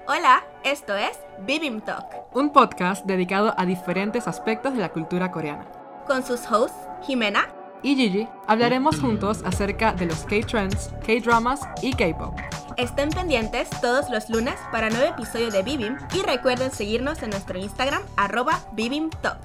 Hola, esto es Bibim Talk, un podcast dedicado a diferentes aspectos de la cultura coreana. con sus hosts Jimena Y Gigi, hablaremos juntos acerca de los K-trends, K-dramas y K-pop. Estén pendientes todos los lunes para nuevo episodio de Bibim y recuerden seguirnos en nuestro Instagram @BibimTalk.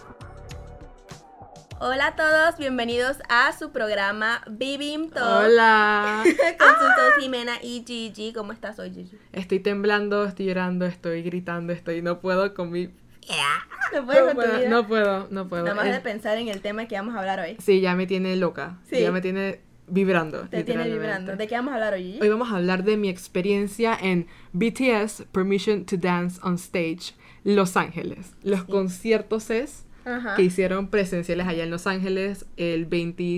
Hola a todos, bienvenidos a su programa Bibim Talk. Hola. Con sus hosts Jimena y Gigi. ¿Cómo estás hoy, Gigi? Estoy temblando, estoy llorando, estoy gritando, no puedo con mi... No puedes con tu vida. No puedo. Nada más de pensar en el tema que vamos a hablar hoy. Sí, ya me tiene loca. Sí. Ya me tiene vibrando. Te tiene literalmente. vibrando. ¿De qué vamos a hablar hoy, Gigi? Hoy vamos a hablar de mi experiencia en BTS Permission to Dance on Stage Los Ángeles. Los conciertos Ajá. que hicieron presenciales allá en Los Ángeles el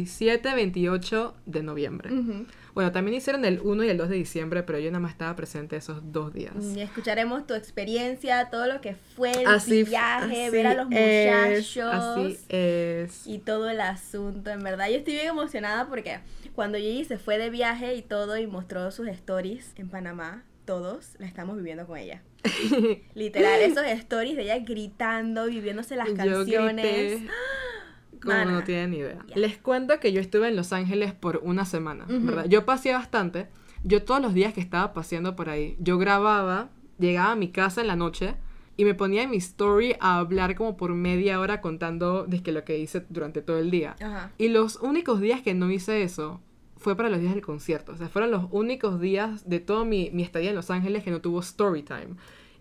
27-28 de noviembre. Ujú. Bueno, también hicieron el 1 y el 2 de diciembre, pero yo nada más estaba presente esos 2 días. Y escucharemos tu experiencia, todo lo que fue el Así viaje, ver a los muchachos. Así es. Y todo el asunto, en verdad. Yo estoy bien emocionada porque cuando Gigi se fue de viaje y todo y mostró sus stories en Panamá, todos la estamos viviendo con ella. Literal, esos stories de ella gritando, viviéndose las canciones. Grité como Mana. no tienen ni idea. Ya. Les cuento que yo estuve en Los Ángeles por una semana, Ujú. ¿verdad? Yo paseé bastante. Yo todos los días que estaba paseando por ahí, yo grababa, llegaba a mi casa en la noche y me ponía en mi story a hablar como por media hora contando lo que hice durante todo el día. Ajá. Y los únicos días que no hice eso fue para los días del concierto. O sea, fueron los únicos días de todo mi estadía en Los Ángeles que no tuvo story time.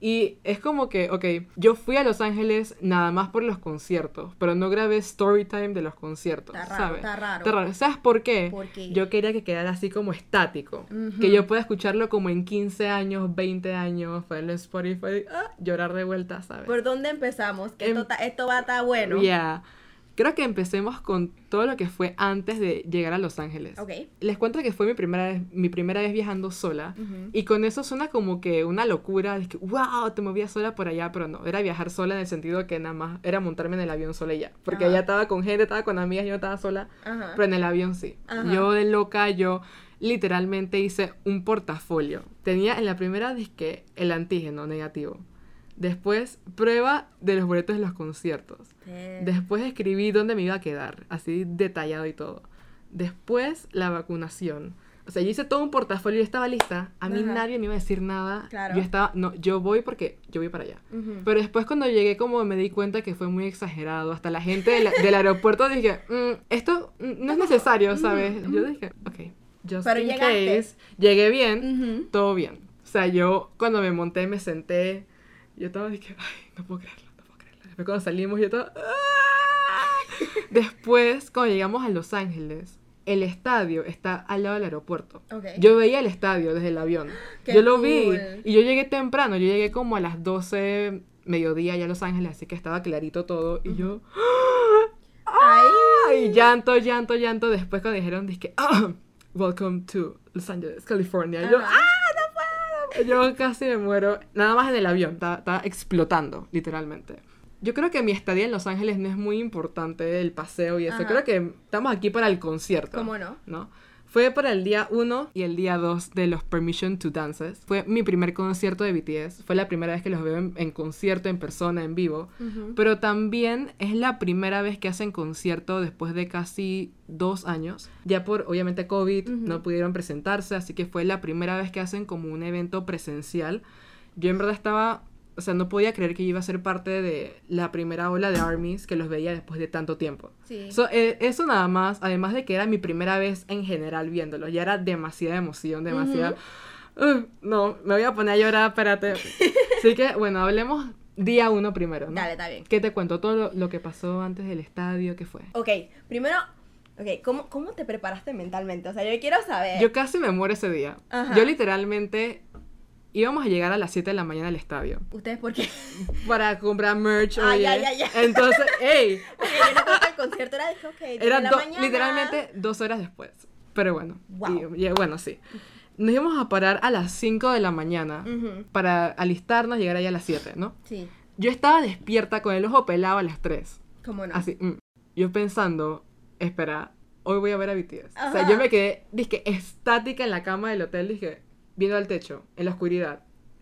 Y es como que, ok, yo fui a Los Ángeles nada más por los conciertos, pero no grabé story time de los conciertos, Está raro, ¿sabes? está raro. Está raro. ¿Sabes por qué? Porque Yo quería que quedara así como estático. Ujú. Que yo pueda escucharlo como en 15 años, 20 años, ponerlo en Spotify, llorar de vuelta, ¿sabes? ¿por dónde empezamos? Que Em- esto va a estar bueno. Yeah. Creo que empecemos con todo lo que fue antes de llegar a Los Ángeles. Ok. Les cuento que fue mi primera vez viajando sola. Ujú. Y con eso suena como que una locura. De que, wow, te movías sola por allá. Pero no, era viajar sola en el sentido que nada más era montarme en el avión sola y ya. Porque Ajá. allá estaba con gente, estaba con amigas, yo no estaba sola. Ajá. Pero en el avión sí. Ajá. Yo de loca, yo literalmente hice un portafolio. Tenía en la primera disque el antígeno negativo. Después, prueba de los boletos de los conciertos. Después escribí dónde me iba a quedar, así detallado y todo. Después, la vacunación. O sea, yo hice todo un portafolio y estaba lista. A mí Ajá. nadie me iba a decir nada. Claro. Yo voy porque yo voy para allá. Ujú. Pero después cuando llegué como me di cuenta que fue muy exagerado. Hasta la gente del aeropuerto dije, esto no es necesario, ¿sabes? Yo dije, ok, just Pero in llegaste. case. Llegué bien, Ujú. todo bien. O sea, yo cuando me monté, me senté. Yo estaba dije, ay, no puedo creerlo. Después cuando salimos, yo estaba... Después, cuando llegamos a Los Ángeles, el estadio está al lado del aeropuerto. Ok. Yo veía el estadio desde el avión. Qué Yo lo cool. vi. Y yo llegué temprano. Yo llegué como a las 12 mediodía ya a Los Ángeles, así que estaba clarito todo. Y yo... Ay. Y llanto. Después cuando dijeron, dije, welcome to Los Angeles, California. Y yo, Ajá. yo casi me muero. Nada más en el avión. Estaba explotando, literalmente. Yo creo que mi estadía en Los Ángeles no es muy importante, el paseo y eso. Ajá. Creo que estamos aquí para el concierto. ¿Cómo no? Fue para el día 1 y el día 2 de los Permission to Dances. Fue mi primer concierto de BTS. Fue la primera vez que los veo en concierto, en persona, en vivo. Ujú. Pero también es la primera vez que hacen concierto después de casi 2 años. Ya por, obviamente, COVID, Ujú. no pudieron presentarse, así que fue la primera vez que hacen como un evento presencial. Yo en verdad estaba... O sea, no podía creer que iba a ser parte de la primera ola de ARMYs que los veía después de tanto tiempo. Sí. Eso nada más, además de que era mi primera vez en general viéndolos, ya era demasiada emoción, demasiada... no, me voy a poner a llorar, espérate. Así que, bueno, hablemos día 1 primero, ¿no? Dale, está bien. ¿Qué te cuento? Todo lo que pasó antes del estadio, ¿qué fue? Ok, primero, ¿cómo te preparaste mentalmente? O sea, yo quiero saber. Yo casi me muero ese día. Ajá. Yo literalmente... Íbamos a llegar a las 7 de la mañana al estadio ¿Ustedes por qué? para comprar merch, Ay, oye. ay, ay, ay. Entonces, ey, Porque yo no creo que el concierto era de que, ok, era de la mañana. literalmente 2 horas después. Pero bueno, Wow. bueno, sí. Nos íbamos a parar a las 5 de la mañana Ujú. para alistarnos, llegar allá a las 7, ¿no? Sí, Yo estaba despierta con el ojo pelado a las 3. ¿cómo no? Así, yo pensando, espera, hoy voy a ver a BTS. O Ajá. sea, yo me quedé, dizque, estática en la cama del hotel, dije, viendo al techo, en la oscuridad.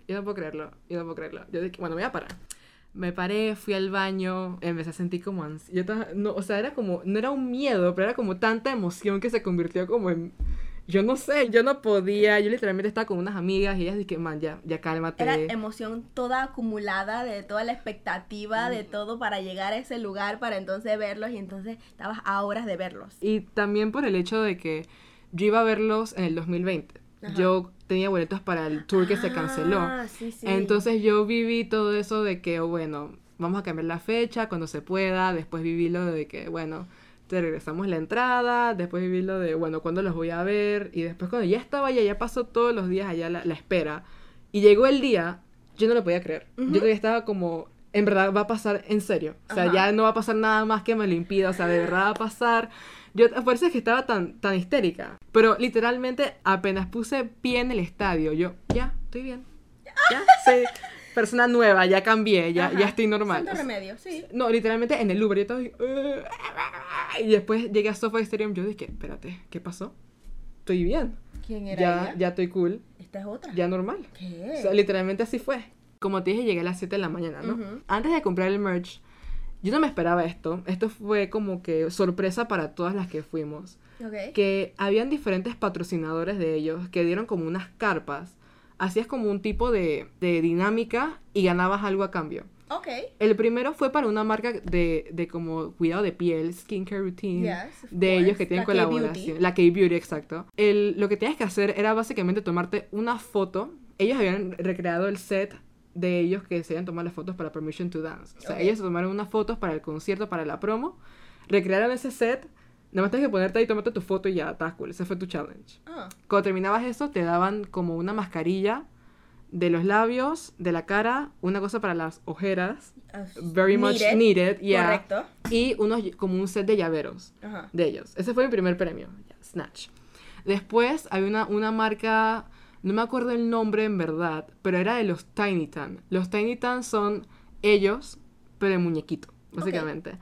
yo no puedo creerlo. Yo dije, bueno, me voy a parar. Me paré, fui al baño, empecé a sentir como ansiedad. No, o sea, era como, no era un miedo, pero era como tanta emoción que se convirtió como en... Yo no sé, yo no podía, yo literalmente estaba con unas amigas y ellas dije, man, ya cálmate. Era emoción toda acumulada de toda la expectativa de todo para llegar a ese lugar, para entonces verlos y entonces estabas a horas de verlos. Y también por el hecho de que yo iba a verlos en el 2020. Ajá. Yo tenía boletos para el tour que se canceló. Sí, sí. Entonces yo viví todo eso de que, bueno, vamos a cambiar la fecha cuando se pueda. Después viví lo de que, bueno, te regresamos la entrada. Después viví lo de, bueno, ¿cuándo los voy a ver? Y después cuando ya estaba allá, ya pasó todos los días allá la espera. Y llegó el día, yo no lo podía creer. Yo todavía estaba como, en verdad va a pasar en serio. O sea, ya no va a pasar nada más que me lo impida. O sea, de verdad va a pasar. Yo, por eso es que estaba tan histérica. Pero literalmente apenas puse pie en el estadio, yo, ya, estoy bien. Ya, soy persona nueva, ya cambié, ya estoy normal. Santo remedio, sí. No, literalmente en el Uber yo estaba y después llegué a SoFi Stadium, yo dije, espérate, ¿qué pasó? Estoy bien. ¿Quién era ella? Ya estoy cool. Esta es otra. Ya normal. ¿Qué? O sea, literalmente así fue. Como te dije, llegué a las 7 de la mañana, ¿no? Antes de comprar el merch, yo no me esperaba esto. Esto fue como que sorpresa para todas las que fuimos. Okay. Que habían diferentes patrocinadores de ellos que dieron como unas carpas. Hacías como un tipo de dinámica y ganabas algo a cambio. Ok. El primero fue para una marca de como cuidado de piel, skincare routine, yes, de ellos que tienen la colaboración. La K-Beauty, exacto. Lo que tenías que hacer era básicamente tomarte una foto. Ellos habían recreado el set de ellos que se iban a tomar las fotos para Permission to Dance. O sea, ellos se tomaron unas fotos para el concierto, para la promo, recrearon ese set, nada más tienes que ponerte ahí y tomarte tu foto y ya, estás cool. Ese fue tu challenge. Cuando terminabas eso, te daban como una mascarilla de los labios, de la cara, una cosa para las ojeras, very much needed, yeah. Correcto. Y como un set de llaveros de ellos. Ese fue mi primer premio, Snatch. Después había una marca... No me acuerdo el nombre en verdad, pero era de los Tiny Tan. Los Tiny Tan son ellos, pero en muñequito, básicamente.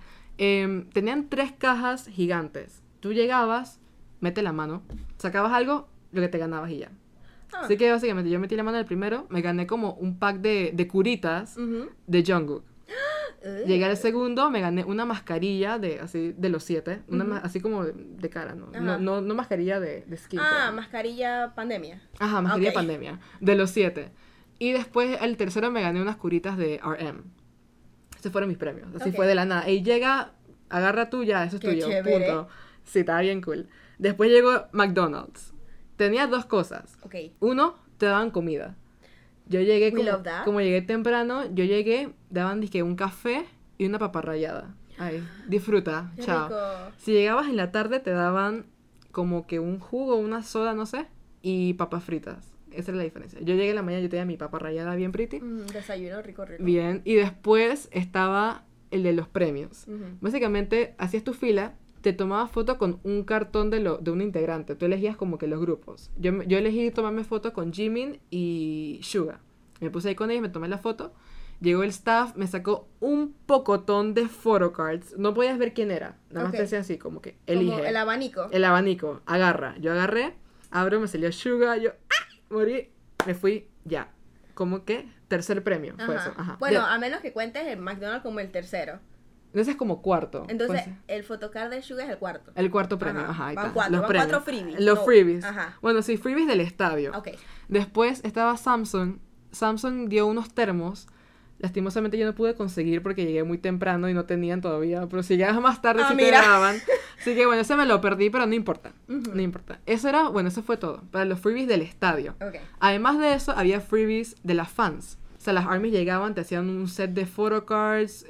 Tenían 3 cajas gigantes. Tú llegabas, mete la mano, sacabas algo, lo que te ganabas y ya. Así que básicamente yo metí la mano en el primero, me gané como un pack de curitas de Jungkook. Llegué al segundo, me gané una mascarilla de los 7, así como de cara, ¿no? No mascarilla de skin. Mascarilla pandemia. Ajá, mascarilla pandemia, de los 7. Y después el tercero me gané unas curitas de RM. Esos fueron mis premios, así fue de la nada. Y llega, agarra tuya, eso es tuyo, chévere. punto. Sí, estaba bien cool. Después llegó McDonald's. Tenía 2 cosas. Uno, te daban comida. Yo llegué, como llegué temprano, daban dizque un café y una papa rallada. Ay, disfruta, qué chao. Rico. Si llegabas en la tarde te daban como que un jugo, una soda, no sé, y papas fritas. Esa es la diferencia. Yo llegué en la mañana, yo tenía mi papa rallada bien pretty. Desayuno rico. Bien, y después estaba el de los premios. Básicamente, hacías tu fila, te tomabas foto con un cartón de un integrante. Tú elegías como que los grupos. Yo elegí tomarme foto con Jimin y Suga. Me puse ahí con ellos, me tomé la foto. Llegó el staff, me sacó un pocotón de photocards. No podías ver quién era. Nada más te decía así, como que elige. Como el abanico. El abanico, agarra. Yo agarré, abro, me salió Suga, yo morí, me fui, ya. Como que tercer premio fue eso. Bueno, a menos que cuentes el McDonald's como el tercero. Ese es como cuarto. Entonces, el photocard de Suga es el cuarto. El cuarto premio, ahí van está. 4, Los van 4 freebies. Los freebies. Bueno, sí, freebies del estadio. Ok. Después estaba Samsung. Samsung dio unos termos. Lastimosamente yo no pude conseguir porque llegué muy temprano y no tenían todavía. Pero si llegabas más tarde sí te daban. Así que bueno, ese me lo perdí, pero no importa. No importa. Eso fue todo. Para los freebies del estadio. Además de eso, había freebies de las fans. O sea, las ARMYs llegaban, te hacían un set de photocards,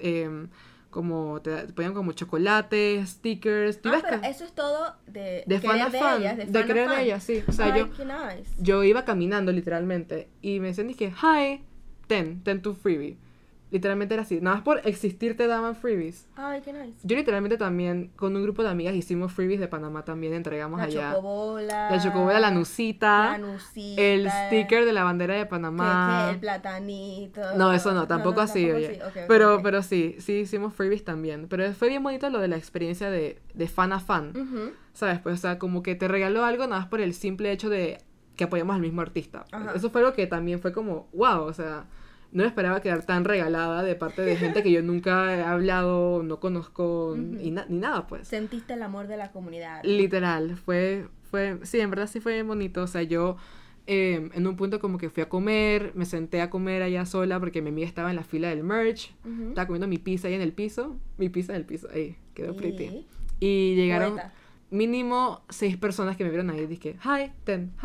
como te ponían como chocolates, stickers. Pero eso es todo de fan a fan, de creer de ellas, sí. O sea, yo iba caminando literalmente y me decían, dije, hi, ten tu freebie. Literalmente era así. Nada más por existir te daban freebies. Ay, qué nice. Yo literalmente también, con un grupo de amigas, hicimos freebies de Panamá también. Entregamos allá. La chocobola, la nucita. El sticker de la bandera de Panamá. El platanito. No, eso no, tampoco así, oye. Pero sí hicimos freebies también. Pero fue bien bonito lo de la experiencia de fan a fan. ¿Sabes? Pues, o sea, como que te regaló algo nada más por el simple hecho de que apoyamos al mismo artista. Ajá. Eso fue lo que también fue como, wow, o sea, no me esperaba quedar tan regalada de parte de gente que yo nunca he hablado, no conozco, ni nada, pues. Sentiste el amor de la comunidad. Literal, sí, en verdad sí fue bonito, o sea, yo en un punto como que fui a comer, me senté a comer allá sola porque mi amiga estaba en la fila del merch, estaba comiendo mi pizza ahí en el piso, ahí, quedó pretty. Y llegaron mínimo 6 personas que me vieron ahí, dije, hi, ten,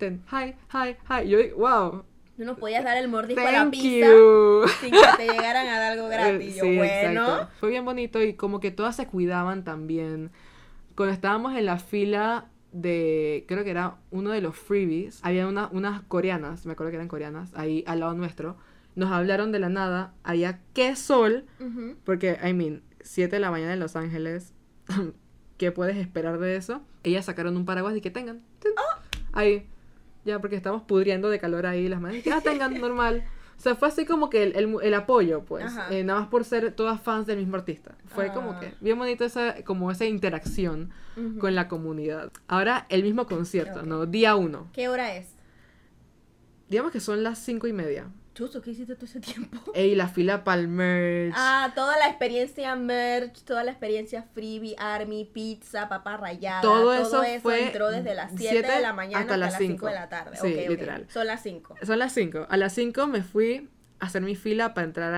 hi, yo, wow. Tú no podías dar el mordisco a Thank la pizza you. sin que te llegaran a dar algo gratis. Yo, Sí, bueno. exacto. Fue bien bonito y como que todas se cuidaban también. Cuando estábamos en la fila de, creo que era uno de los freebies, había unas coreanas, me acuerdo que eran coreanas, ahí al lado nuestro, nos hablaron de la nada, había qué sol, porque, 7 de la mañana en Los Ángeles, ¿qué puedes esperar de eso? Ellas sacaron un paraguas y que tengan, ahí, ya, porque estamos pudriendo de calor ahí, las madres, que tengan, normal. O sea, fue así como que el apoyo, pues. Nada más por ser todas fans del mismo artista. Fue como que bien bonito esa interacción con la comunidad. Ahora, el mismo concierto, ¿no? Día 1. ¿Qué hora es? Digamos que son las 5:30. Chuzo, ¿qué hiciste todo ese tiempo? Ey, la fila para el merch. Toda la experiencia merch, toda la experiencia freebie, army, pizza, papa rallada. Todo eso fue entró desde las 7 de la mañana hasta las 5 de la tarde. Sí, literal. Son las 5. Son las 5. A las 5 me fui a hacer mi fila para entrar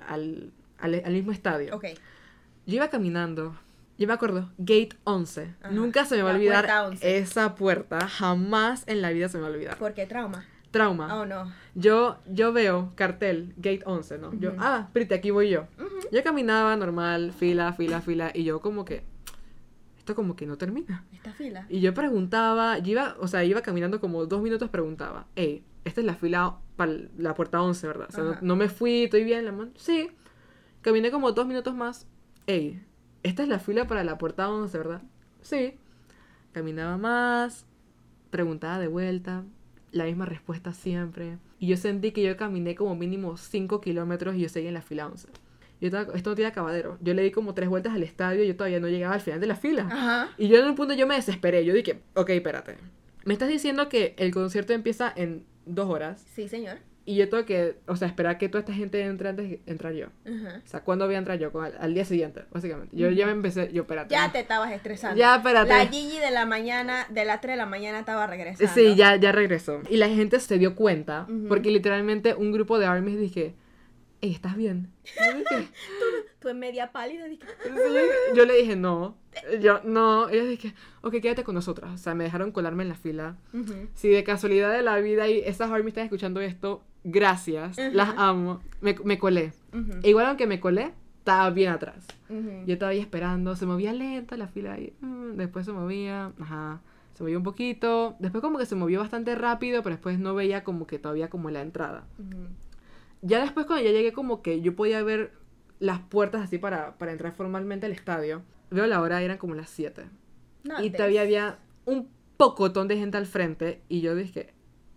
al mismo estadio. Ok. Yo iba caminando. Yo me acuerdo, Gate 11. Ajá. Nunca se me va a olvidar puerta 11. esa puerta. Jamás en la vida se me va a olvidar. ¿Por qué trauma? Trauma. Oh, no. Yo veo cartel, Gate 11, ¿no? Yo, prite, aquí voy yo. Yo caminaba normal, fila, y yo como que, esto como que no termina. ¿Esta fila? Y yo preguntaba, iba caminando como 2 minutos, preguntaba, hey, esta es la fila para la puerta 11, ¿verdad? O sea, no me fui, estoy bien, la mano. Sí. Caminé como 2 minutos más, hey, esta es la fila para la puerta 11, ¿verdad? Sí. Caminaba más, preguntaba de vuelta, la misma respuesta siempre. Y yo sentí que yo caminé como mínimo 5 kilómetros y yo seguía en la fila 11. Esto no tiene acabadero. Yo le di como 3 vueltas al estadio y yo todavía no llegaba al final de la fila. Ajá. Y yo en un punto yo me desesperé. Yo dije, ok, espérate. Me estás diciendo que el concierto empieza en 2 horas. Sí, señor. Y yo tengo que, esperar que toda esta gente entre antes de entrar yo. O sea, ¿cuándo voy a entrar yo? Al día siguiente, básicamente. Yo ya me empecé, espérate. Ya te estabas estresando. Ya, espérate. La Gigi de las 3 de la mañana estaba regresando. Sí, ya regresó. Y la gente se dio cuenta, porque literalmente un grupo de ARMYs dije, hey, ¿estás bien? Yo dije, Tú en media pálida dije, yo le dije, no. Ellos dije, ok, quédate con nosotras. O sea, me dejaron colarme en la fila. Si de casualidad de la vida y esas ARMYs están escuchando esto, gracias, las amo. Me colé. Igual aunque me colé, estaba bien atrás. Yo estaba ahí esperando, se movía lenta la fila ahí. Después se movía, se movió un poquito. Después como que se movió bastante rápido, pero después no veía como que todavía como la entrada. Ya después cuando ya llegué como que yo podía ver las puertas así para entrar formalmente al estadio. Veo la hora, eran como las 7. Y todavía había un pocotón de gente al frente y yo dije...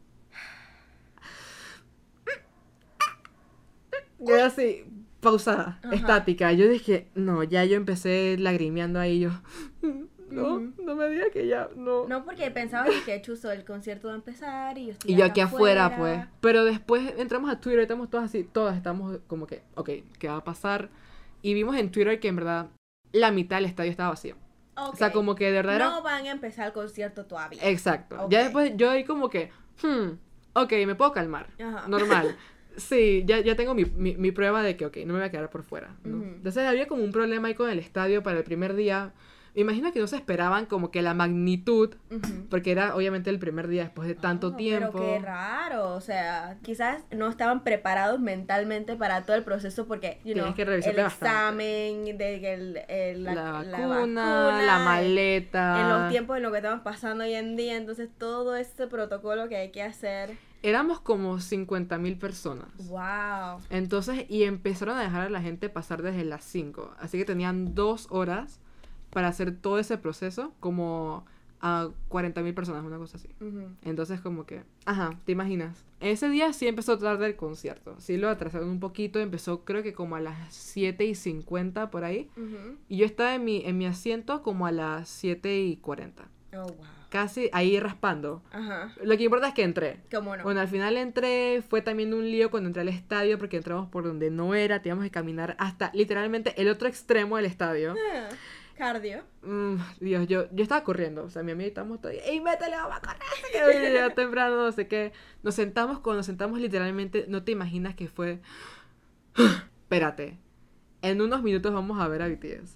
Yo así, pausada, estática. Yo dije, no, ya yo empecé lagrimeando ahí. Yo, no me digas que ya, no. No, porque pensaba que chuzo, el concierto va a empezar y yo estoy Y yo aquí afuera, pues. Pero después entramos a Twitter, estamos todas así, todas estamos como que, ok, ¿qué va a pasar? Y vimos en Twitter que en verdad la mitad del estadio estaba vacío. Okay. O sea, como que de verdad era... No van a empezar el concierto todavía. Exacto. Okay. Ya después yo ahí como que, ok, me puedo calmar. Normal. Sí, ya tengo mi prueba de que, ok, no me voy a quedar por fuera, ¿no? Entonces había como un problema ahí con el estadio para el primer día. Me imagino que no se esperaban como que la magnitud, porque era obviamente el primer día después de tanto tiempo. Pero qué raro, o sea, quizás no estaban preparados mentalmente para todo el proceso porque, tienes que el examen, la vacuna, la maleta. En los tiempos en lo que estamos pasando hoy en día, entonces todo este protocolo que hay que hacer. Éramos como 50,000 personas. Wow. Entonces, y empezaron a dejar a la gente pasar desde las 5. Así que tenían 2 horas para hacer todo ese proceso, como a 40,000 personas, una cosa así. Entonces, como que, ¿te imaginas? Ese día sí empezó tarde el concierto. Sí lo atrasaron un poquito, empezó creo que como a las 7:50 por ahí. Y yo estaba en mi asiento como a las 7:40. Oh, wow. casi ahí raspando. Ajá. Lo que importa es que entré. ¿Cómo no? Bueno, al final entré, fue también un lío cuando entré al estadio porque entramos por donde no era, teníamos que caminar hasta literalmente el otro extremo del estadio. Cardio. Dios, yo estaba corriendo, o sea, mi amiga y estamos todos, ¡ey, métele, vamos a correr! Ya temprano, no sé qué. Cuando nos sentamos literalmente, no te imaginas que fue... Espérate, en unos minutos vamos a ver a BTS.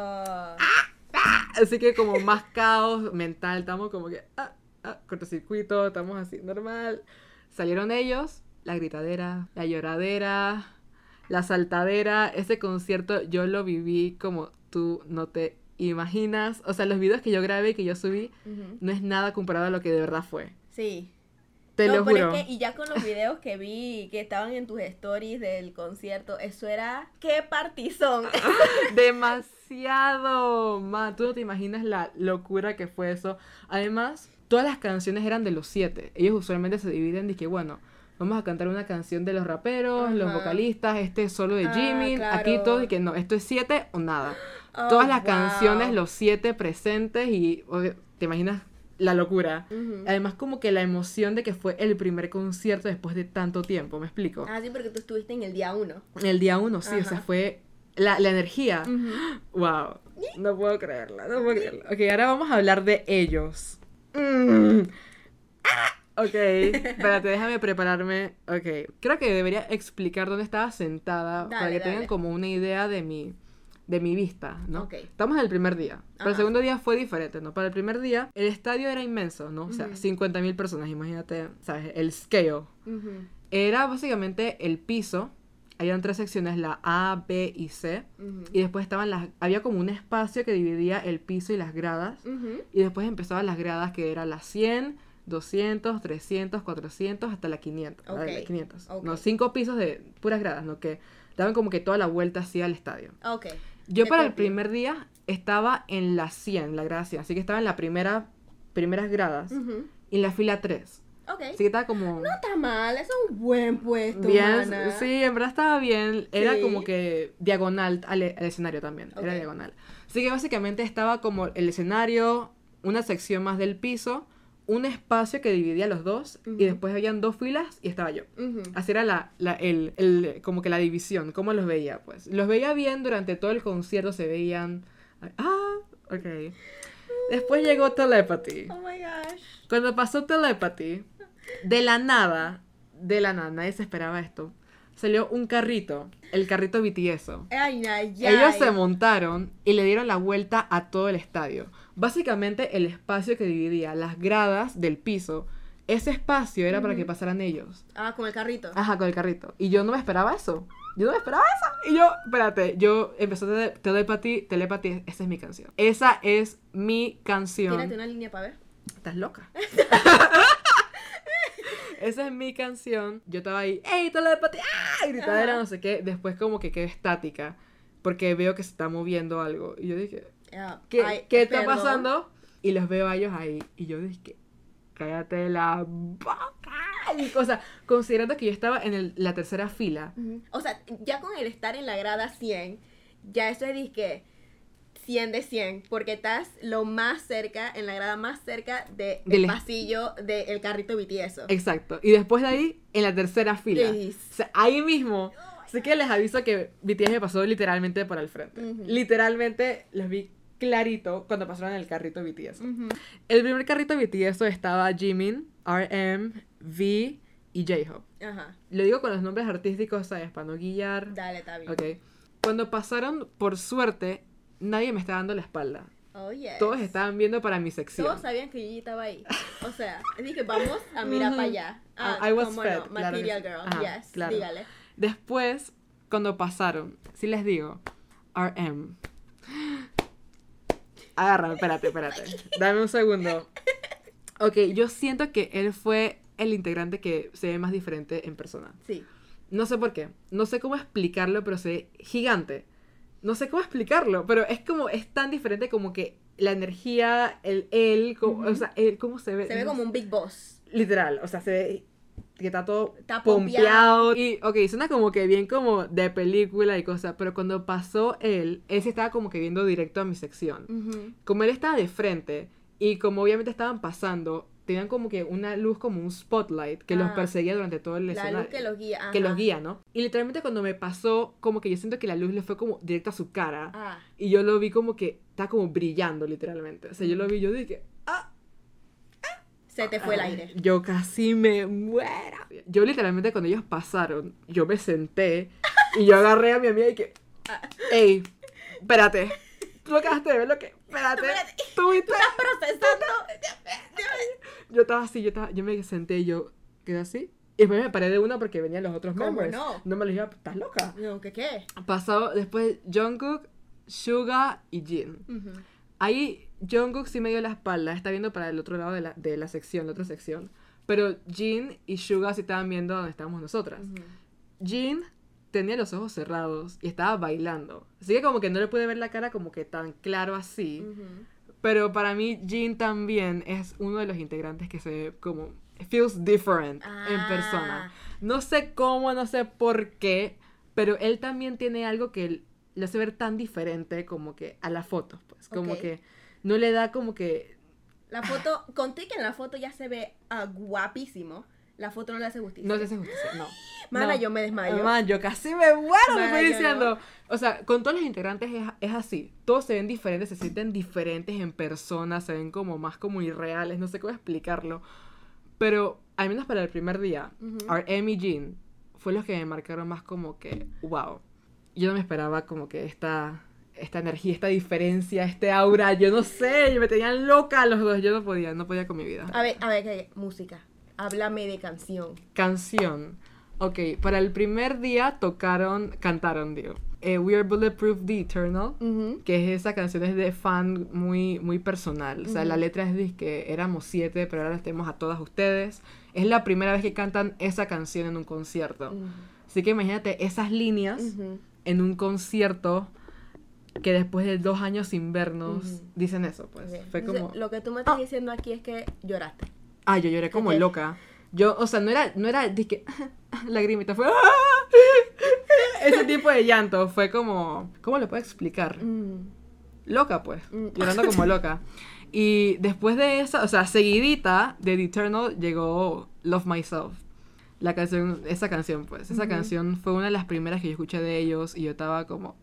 Así que como más caos mental, estamos como que, cortocircuito, estamos así, normal. Salieron ellos, la gritadera, la lloradera, la saltadera. Ese concierto yo lo viví como tú no te imaginas. O sea, los videos que yo grabé y que yo subí no es nada comparado a lo que de verdad fue. Sí. Te lo pero juro. Es que, y ya con los videos que vi que estaban en tus stories del concierto, eso era ¡qué partizón! Demasiado, tú no te imaginas la locura que fue eso. Además, todas las canciones eran de los 7. Ellos usualmente se dividen de que, bueno, vamos a cantar una canción de los raperos, los vocalistas, este es solo de Jimin, claro. aquí todos, y que no, esto es 7 o nada. Todas las canciones, los 7 presentes, y te imaginas la locura. Además, como que la emoción de que fue el primer concierto después de tanto tiempo, ¿me explico? Sí, porque tú estuviste en el día 1. En el día 1, sí, o sea, fue la energía. Wow, no puedo creerla. Ok, ahora vamos a hablar de ellos. Ok, espérate, déjame prepararme. Ok, creo que debería explicar dónde estaba sentada para que tengan como una idea de mi vista, ¿no? Okay. Estamos en el primer día. Para el segundo día fue diferente, ¿no? Para el primer día, el estadio era inmenso, ¿no? O sea, 50,000 personas, imagínate, ¿sabes? El scale. Era básicamente el piso. Habían 3 secciones, la A, B y C. Y después había como un espacio que dividía el piso y las gradas. Y después empezaban las gradas que eran las 100, 200, 300, 400, hasta la 500. Okay. La 500. Okay. No, 5 pisos de puras gradas, ¿no? Que daban como que toda la vuelta hacia el estadio. Ok. Yo para el primer día estaba en la 100, la grada 100. Así que estaba en la primeras gradas. Y en la fila 3. Ok. Así que estaba como... No está mal, eso es un buen puesto, bien, mana. sí, en verdad estaba bien. Era como que diagonal al escenario también. Okay. Era diagonal. Así que básicamente estaba como el escenario, una sección más del piso, un espacio que dividía los dos, y después habían 2 filas y estaba yo. Así era como que la división, cómo los veía, pues. Los veía bien durante todo el concierto, se veían... Ok. Después llegó Telepathy. Oh my gosh. Cuando pasó Telepathy, de la nada, nadie se esperaba esto, salió un carrito, el carrito BTS. Ellos se montaron y le dieron la vuelta a todo el estadio. Básicamente el espacio que dividía las gradas del piso, ese espacio era para que pasaran ellos. Con el carrito. Ajá, con el carrito. Y yo no me esperaba eso. Y yo, espérate, empezó Telepathy, esa es mi canción. Esa es mi canción. Tírate una línea para ver. ¿Estás loca? Esa es mi canción. Yo estaba ahí, ¡ey, Telepathy! ¡Ah! Gritadera, no sé qué. Después como que quedé estática porque veo que se está moviendo algo. Y yo dije, ¿qué está pasando? Y los veo a ellos ahí. Y yo dije, cállate la boca. O sea, considerando que yo estaba en la tercera fila. O sea, ya con el estar en la grada 100, ya eso es disque 100 de 100, porque estás lo más cerca, en la grada más cerca del pasillo del carrito BTS. Exacto. Y después de ahí, en la tercera fila. O sea, ahí mismo. Así que les aviso que BTS me pasó literalmente por el frente. Literalmente los vi clarito cuando pasaron el carrito BTS. El primer carrito BTS estaba Jimin, RM, V y J-Hope. Lo digo con los nombres artísticos, ¿sabes? Para no guiar. Dale, está bien. Ok. Cuando pasaron, por suerte, nadie me estaba dando la espalda. Oh, yes. Todos estaban viendo para mi sección. Todos sabían que Gigi estaba ahí. O sea, dije, vamos a mirar para allá. I was fed, no, Material Girl. Ajá, Yes, claro. dígale. Después, cuando pasaron, sí les digo, RM. Agárrame, espérate. Dame un segundo. Ok, yo siento que él fue el integrante que se ve más diferente en persona. Sí. No sé por qué. No sé cómo explicarlo, pero se ve gigante. No sé cómo explicarlo, pero es tan diferente como que la energía, o sea, él cómo se ve. Se ve como un Big Boss. Literal, o sea, se ve que está todo pompeado. Y, ok, suena como que bien como de película y cosas, pero cuando pasó él sí estaba como que viendo directo a mi sección. Como él estaba de frente, Y como obviamente estaban pasando, tenían como que una luz como un spotlight que los perseguía durante todo el escenario. La luz que los guía. Ajá. Que los guía, ¿no? Y literalmente cuando me pasó, como que yo siento que la luz le fue como directa a su cara. Y yo lo vi como que estaba como brillando, literalmente. O sea, yo lo vi, yo dije, se te fue el aire. Yo casi me muero. Yo literalmente cuando ellos pasaron, yo me senté y yo agarré a mi amiga y que, ey, espérate. Tú acabaste de ver lo que... Espérate. Tú estás procesando. Yo estaba así, yo me senté y yo quedé así. Y después me paré de una porque venían los otros members. No? No me lo iba, ¿estás loca? No, ¿qué? Pasó después Jungkook, Suga y Jin. Ahí Jungkook sí me dio la espalda, está viendo para el otro lado de la sección, la otra sección. Pero Jin y Suga sí estaban viendo donde estábamos nosotras. Jin tenía los ojos cerrados y estaba bailando. Así que como que no le pude ver la cara como que tan claro así. Pero para mí Jin también es uno de los integrantes que se ve como... feels different en persona. No sé cómo, no sé por qué, pero él también tiene algo que le hace ver tan diferente como que a las fotos, pues. Como que no le da como que... La foto, conté que en la foto ya se ve guapísimo. La foto no le hace justicia. No le hace justicia, no. Mana, no. yo me desmayo. Man, yo casi me muero, me estoy diciendo. No. O sea, con todos los integrantes es así. Todos se ven diferentes, se sienten diferentes en persona, se ven como más como irreales, no sé cómo explicarlo. Pero, al menos para el primer día, RM y Jin fue los que me marcaron más como que, wow. Yo no me esperaba como que esta energía, esta diferencia, este aura, yo no sé, me tenían loca los dos, yo no podía con mi vida. A ver, ¿qué? Música. Háblame de canción. Canción. Ok, para el primer día cantaron, We Are Bulletproof The Eternal, que es esa canción es de fan muy, muy personal. O sea, la letra es de que éramos 7, pero ahora las tenemos a todas ustedes. Es la primera vez que cantan esa canción en un concierto. Así que imagínate esas líneas en un concierto que después de 2 años sin vernos dicen eso, pues. Fue entonces, como... lo que tú me estás diciendo aquí es que lloraste. Yo lloré como loca. Yo, o sea, no era de que lagrimita, fue ese tipo de llanto, fue como, ¿cómo lo puedo explicar? Loca, pues, llorando como loca. Y después de esa, o sea, seguidita de The Eternal llegó Love Myself. Esa canción, pues, esa canción fue una de las primeras que yo escuché de ellos y yo estaba como,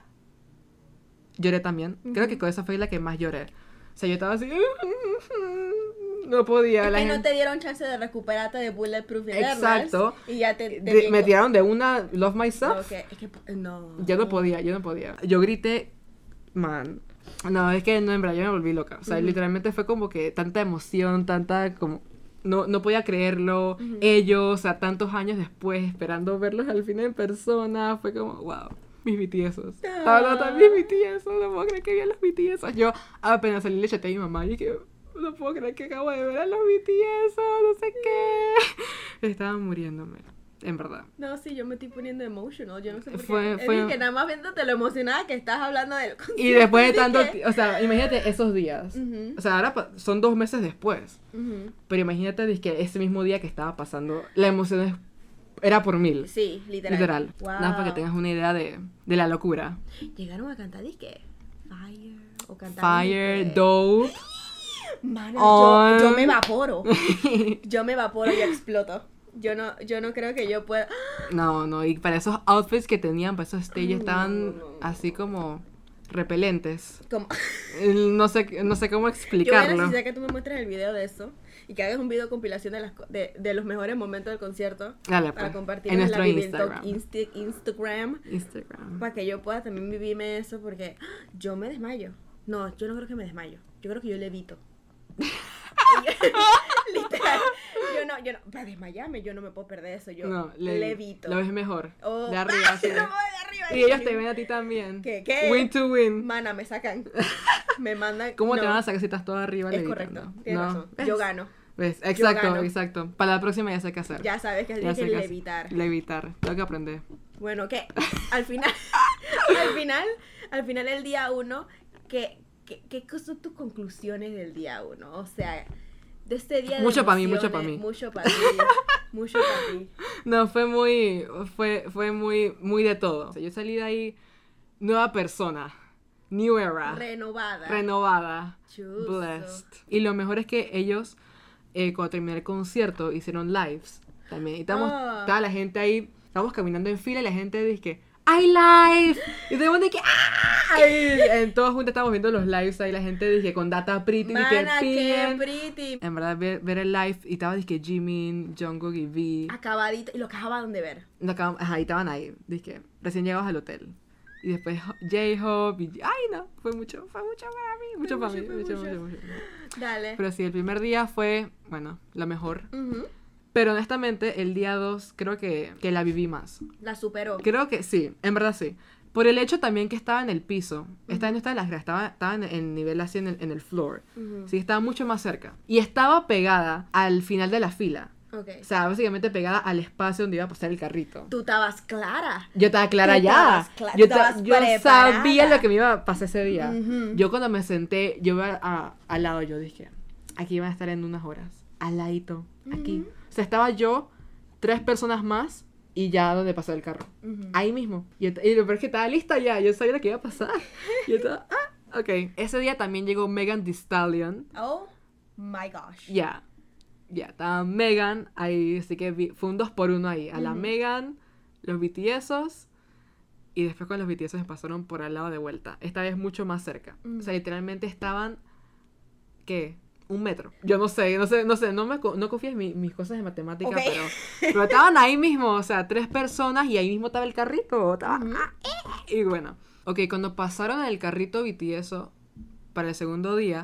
lloré también. Creo que con esa fue la que más lloré. O sea, yo estaba así, no podía. Es que no te dieron chance de recuperarte de Bulletproof y exacto. Y ya me tiraron de una Love Myself. No. Yo no podía. Yo grité, man. No, es que no, en verdad, yo me volví loca. O sea, literalmente fue como que tanta emoción, tanta como... No podía creerlo. Ellos, o sea, tantos años después, esperando verlos al fin en persona. Fue como, wow. Mis BTS. También BTS. No puedo creer que vi a los BTS. Yo apenas salí le chateé a mi mamá y dije... No puedo creer que acabo de ver a los BTS, no sé qué. Estaba muriéndome, en verdad. No, sí, yo me estoy poniendo emotional, yo no sé por qué. Es que nada más viéndote lo emocionada que estás hablando del concierto. Y después de tanto, o sea, imagínate esos días. O sea, ahora son 2 meses después. Pero imagínate que ese mismo día que estaba pasando, la emoción era por 1000. Sí, literal. Wow. Nada, para que tengas una idea de la locura. Llegaron a cantar disque Fire o cantar Fire, Dope. Mana, yo me evaporo. Yo exploto. Yo no creo que yo pueda. No, y para esos outfits que tenían, para esos stages estaban así como repelentes. ¿Cómo? No sé cómo explicarlo. Yo voy a necesitar que tú me muestres el video de eso y que hagas un video compilación de los mejores momentos del concierto. Dale, para pues, compartir en nuestro Instagram. Instagram. Para que yo pueda también vivirme eso porque yo me desmayo. No, yo no creo que me desmayo. Yo creo que yo levito. Literal. Yo no. Para desmayarme, yo no me puedo perder eso. Yo levito. Lo ves mejor. De arriba. Sí. No, de arriba. Y ellos te ven a ti también. ¿Qué? Win to win. Mana, me sacan. Me mandan. ¿Cómo te van a sacar si estás toda arriba es levitando? Correcto. Tienes razón. Yo gano. ¿Ves? Exacto. Para la próxima ya sé qué hacer. Ya sabes que hay que levitar. Levitar. Tengo que aprender. Bueno, ¿qué? Al final el día 1, ¿qué son tus conclusiones del día 1? O sea, de este día de mucho para mí. Mucho para ti. No, fue muy de todo. O sea, yo salí de ahí nueva persona. New era. Renovada. Renovada. Chuzo. Blessed. Y lo mejor es que ellos, cuando terminó el concierto, hicieron lives también. Y estaba la gente ahí, estábamos caminando en fila y la gente dice que ¡I live! Y todo el mundo dice que ¡ah! En todos juntos estábamos viendo los lives ahí, la gente dice con data pretty. Mana, que qué pretty. En verdad, ver el live y estaba dice que Jimin, Jungkook y V. Acabadito. Y lo que acababan de ver. Ajá, y estaban ahí, dije, recién llegados al hotel. Y después J-Hope y... Ay, no, fue mucho para mí. Mucho para mí. Mucho. Dale. Pero sí, el primer día fue, bueno, la mejor. Pero honestamente, el día 2 creo que la viví más. La superó. Creo que sí, en verdad sí. Por el hecho también que estaba en el piso. Esta vez no estaba en las gradas, estaba en el nivel así en el floor. Sí, estaba mucho más cerca. Y estaba pegada al final de la fila. Okay. O sea, básicamente pegada al espacio donde iba a pasar el carrito. Tú estabas clara. Yo estaba clara ya. Yo sabía lo que me iba a pasar ese día. Yo cuando me senté, yo iba al lado, yo dije, aquí van a estar en unas horas. Al ladito, aquí. O sea, estaba yo, 3 personas más y ya donde pasó el carro. Ahí mismo. Y lo peor es que estaba lista ya. Yo sabía lo que iba a pasar. Y yo estaba, ok. Ese día también llegó Megan Thee Stallion. Oh my gosh. Ya, estaba Megan ahí, así que fue un 2x1 ahí. A la Megan, los BTS'os, y después con los BTS'os me pasaron por al lado de vuelta. Esta vez mucho más cerca. O sea, literalmente estaban, ¿qué? 1 metro. Yo no sé, no confíes en mis cosas de matemática, okay. pero estaban ahí mismo, o sea, 3 personas y ahí mismo estaba el carrito. Y bueno, ok, cuando pasaron el carrito BTS'o para el segundo día,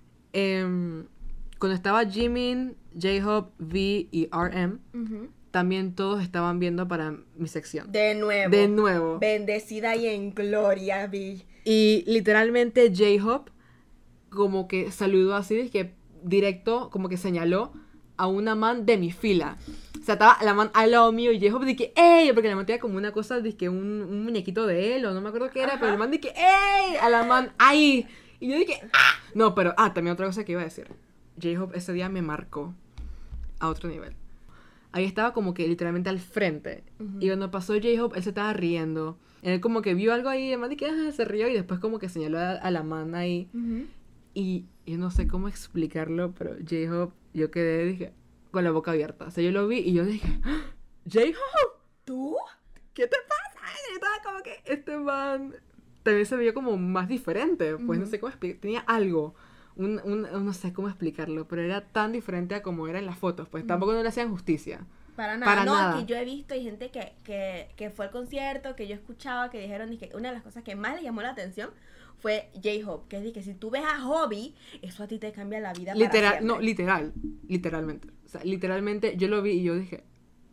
cuando estaba Jimin, J-Hope, V y RM, también todos estaban viendo para mi sección. De nuevo. Bendecida y en gloria, V. Y literalmente J-Hope como que saludó así, de que directo, como que señaló a una man de mi fila. O sea, estaba la man al lado mío y J-Hope dije, ¡ey! Porque la man tenía como una cosa, dije, un muñequito de él, o no me acuerdo qué era, pero la man dije, ¡ey! A la man ahí. Y yo dije, ¡ah! No, pero, también otra cosa que iba a decir. J-Hope ese día me marcó a otro nivel. Ahí estaba como que literalmente al frente. Y cuando pasó J-Hope, él se estaba riendo. Él como que vio algo ahí, el man que se rió y después como que señaló a la man ahí. Y yo no sé cómo explicarlo, pero J-Hope, yo quedé, dije, con la boca abierta. O sea, yo lo vi y yo dije, ¡J-Hope! ¿Tú? ¿Qué te pasa? Y estaba como que este man también se vio como más diferente. Pues no sé cómo explicar. Tenía algo. No sé cómo explicarlo, pero era tan diferente a como era en las fotos. Pues tampoco no le hacían justicia. Para nada. Que yo he visto y gente que fue al concierto, que yo escuchaba, que dijeron que una de las cosas que más le llamó la atención fue J-Hope, que es que si tú ves a Hobby, eso a ti te cambia la vida para siempre. No, literalmente. O sea, literalmente yo lo vi y yo dije,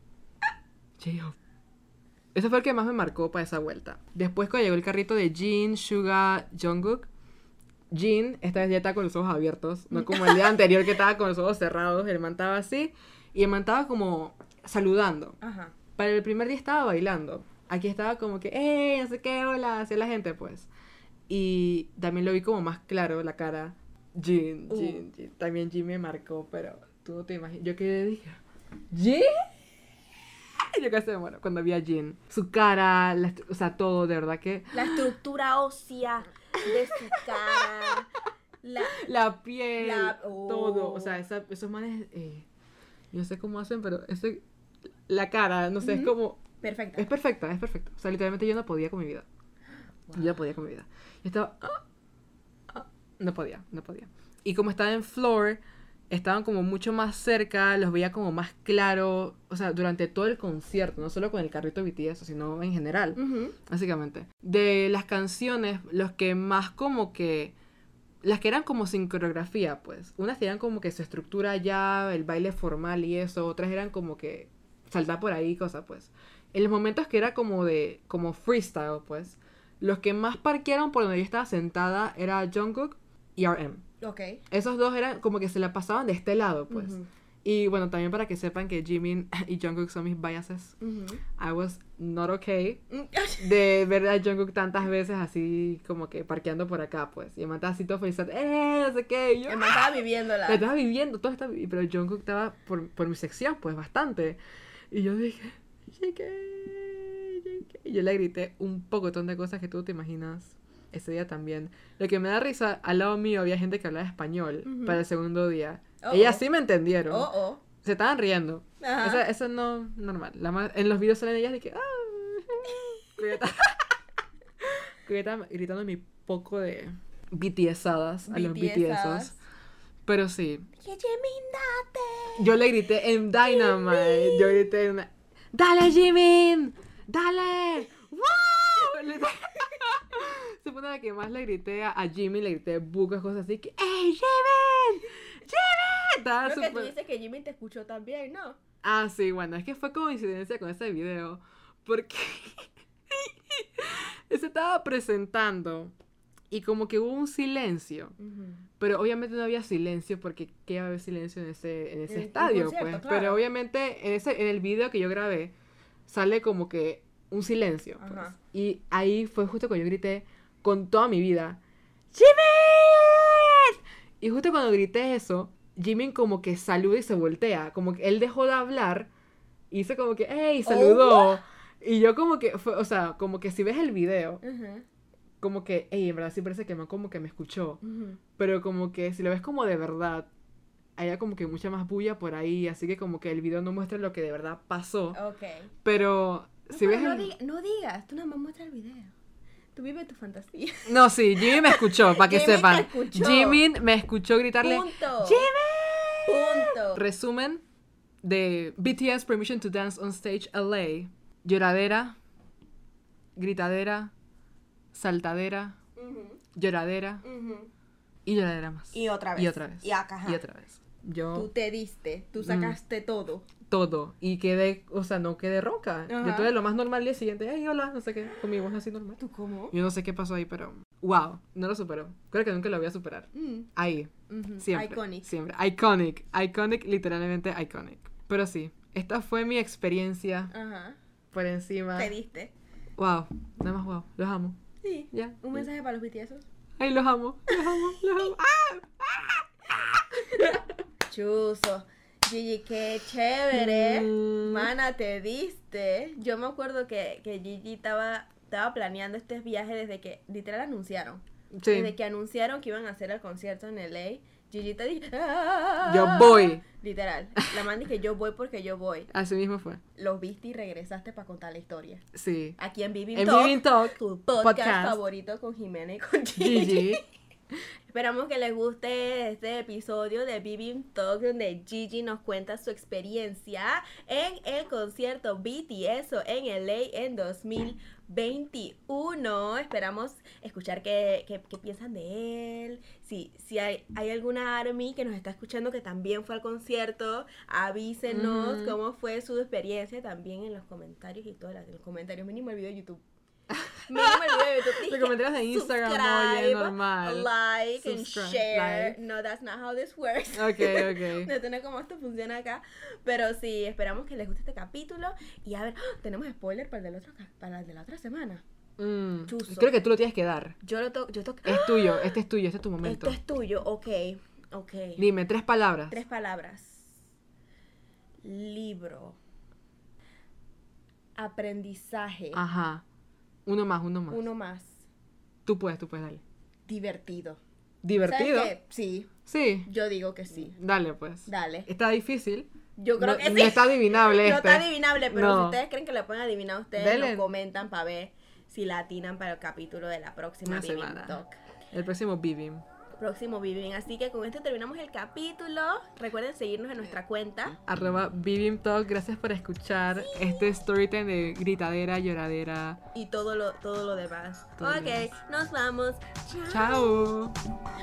J-Hope. Ese fue el que más me marcó para esa vuelta. Después cuando llegó el carrito de Jin, Suga, Jungkook, Jin esta vez ya estaba con los ojos abiertos, no como el día anterior que estaba con los ojos cerrados. El man estaba así y el man estaba como saludando. Ajá. Para el primer día estaba bailando. Aquí estaba como que, no sé qué, hola, hacia la gente, pues. Y también lo vi como más claro, la cara. Jin. También Jin me marcó, pero tú no te imaginas. Yo que dije, ¿Jin? Yo casi me muero cuando vi a Jin. Su cara, o sea, todo, de verdad que... La estructura ósea de su cara. La piel, todo. O sea, esos manes... yo no sé cómo hacen, pero la cara, no sé, es como... Perfecta. Es perfecta. O sea, literalmente yo no podía con mi vida. Wow. Yo no podía con mi vida. Yo estaba... No podía. Y como estaba en floor, estaban como mucho más cerca, los veía como más claro. O sea, durante todo el concierto, no solo con el carrito BTS, sino en general, básicamente. De las canciones, los que más como que... Las que eran como sin coreografía, pues. Unas tenían como que su estructura ya, el baile formal y eso. Otras eran como que saltar por ahí, cosas, pues. En los momentos que era como freestyle, pues. Los que más parquearon por donde yo estaba sentada era Jungkook y RM. Ok. Esos dos eran como que se la pasaban de este lado, pues. Y bueno, también para que sepan que Jimin y Jungkook son mis biases. I was not okay de ver a Jungkook tantas veces así como que parqueando por acá, pues. Y el man estaba así todo feliz, no sé qué. Y yo, el man estaba viviéndola. Estaba viviendo, todo estaba... Pero Jungkook estaba por mi sección, pues, bastante. Y yo dije, JK. Y yo le grité un pocotón de cosas que tú te imaginas ese día también. Lo que me da risa, al lado mío había gente que hablaba español para el segundo día. Ellas sí me entendieron. Se estaban riendo. Eso no normal. En los videos salen ellas de que... Estaba gritando mi poco de BTSadas a los BTSos. Pero sí. Yo le grité en Dynamite. Yo grité en una... ¡Dale, Jimin! ¡Dale! ¡Wow! Se pone la que más le grité a Jimin. Le grité bucas, cosas así que... ¡Ey, Jimin! ¡Jimin! Creo que tú dices que Jimin te escuchó también, ¿no? Ah, sí, bueno. Es que fue coincidencia con ese video. Porque... se estaba presentando y como que hubo un silencio, pero obviamente no había silencio porque ¿qué iba a haber silencio en ese estadio? Pues, claro. Pero obviamente en el video que yo grabé sale como que un silencio, pues. Y ahí fue justo cuando yo grité con toda mi vida ¡Jimin! Y justo cuando grité eso, Jimin como que saluda y se voltea, como que él dejó de hablar y hizo como que ¡ey! Saludó. Y yo como que, o sea, como que si ves el video, como que, en verdad sí parece que como que me escuchó. Pero como que si lo ves como de verdad, hay como que mucha más bulla por ahí, así que como que el video no muestra lo que de verdad pasó. Pero si ves no digas, tú nada más muestras el video. Tú vives tu fantasía. No, sí, Jimin me escuchó, para que sepan. Jimin me escuchó gritarle ¡Jimin! Resumen de BTS Permission to Dance on Stage LA. Lloradera, gritadera, saltadera, lloradera y lloradera más. Y otra vez. Y otra vez. Y acá. Y otra vez. Tú te diste, tú sacaste todo. Todo. Y quedé, o sea, no quedé ronca. Yo tuve lo más normal el día siguiente. Ay, hola, no sé qué. Con mi voz así normal. ¿Tú cómo? Yo no sé qué pasó ahí, pero... Wow, no lo superó. Creo que nunca lo voy a superar. Ahí. Siempre. Iconic. Siempre. Iconic. Iconic, literalmente iconic. Pero sí, esta fue mi experiencia. Por encima. Te diste. Wow, nada más wow. Los amo. Sí. Ya. Un mensaje para los BTS. Ay, los amo. Chuzo. Gigi, qué chévere. Mana, te diste. Yo me acuerdo que Gigi estaba planeando este viaje desde que literal anunciaron. Sí. Desde que anunciaron que iban a hacer el concierto en LA. Gigi te dijo, yo voy. Literal. La man dice que yo voy porque yo voy. Así mismo fue. Los viste y regresaste para contar la historia. Sí. Aquí en Vivim Talk, tu podcast favorito con Jimena y con Gigi. Esperamos que les guste este episodio de Vivim Talk, donde Gigi nos cuenta su experiencia en el concierto BTS en LA en 2021. Esperamos escuchar qué piensan de él. Si hay alguna ARMY que nos está escuchando que también fue al concierto, avísenos cómo fue su experiencia también en los comentarios y todo, en los comentarios, mínimo el video de YouTube. Mínimo el video de YouTube. Los comentarios de Instagram, oye, normal. Like and share. No, that's not how this works. Okay. No sé cómo esto funciona acá. Pero sí, esperamos que les guste este capítulo. Y a ver, tenemos spoiler para el de la otra semana. Creo que tú lo tienes que dar. Yo toco. Es tuyo, este es tuyo, este es tu momento. Este es tuyo, ok. Dime, 3 palabras. 3 palabras. Libro. Aprendizaje. Ajá. Uno más. Tú puedes, dale. Divertido. ¿Divertido? ¿Sabes qué? Sí. Sí. Yo digo que sí. Dale, pues. Dale. Está difícil. Yo creo que sí. No está adivinable No está adivinable, pero si ustedes creen que lo pueden adivinar, ustedes lo comentan para ver si la atinan para el capítulo de la próxima Vivim Talk. El próximo Vivim. Así que con esto terminamos el capítulo. Recuerden seguirnos en nuestra cuenta @Vivim Talk. Gracias por escuchar este storytime de gritadera, lloradera y todo lo demás. Ok, nos vamos. Chao.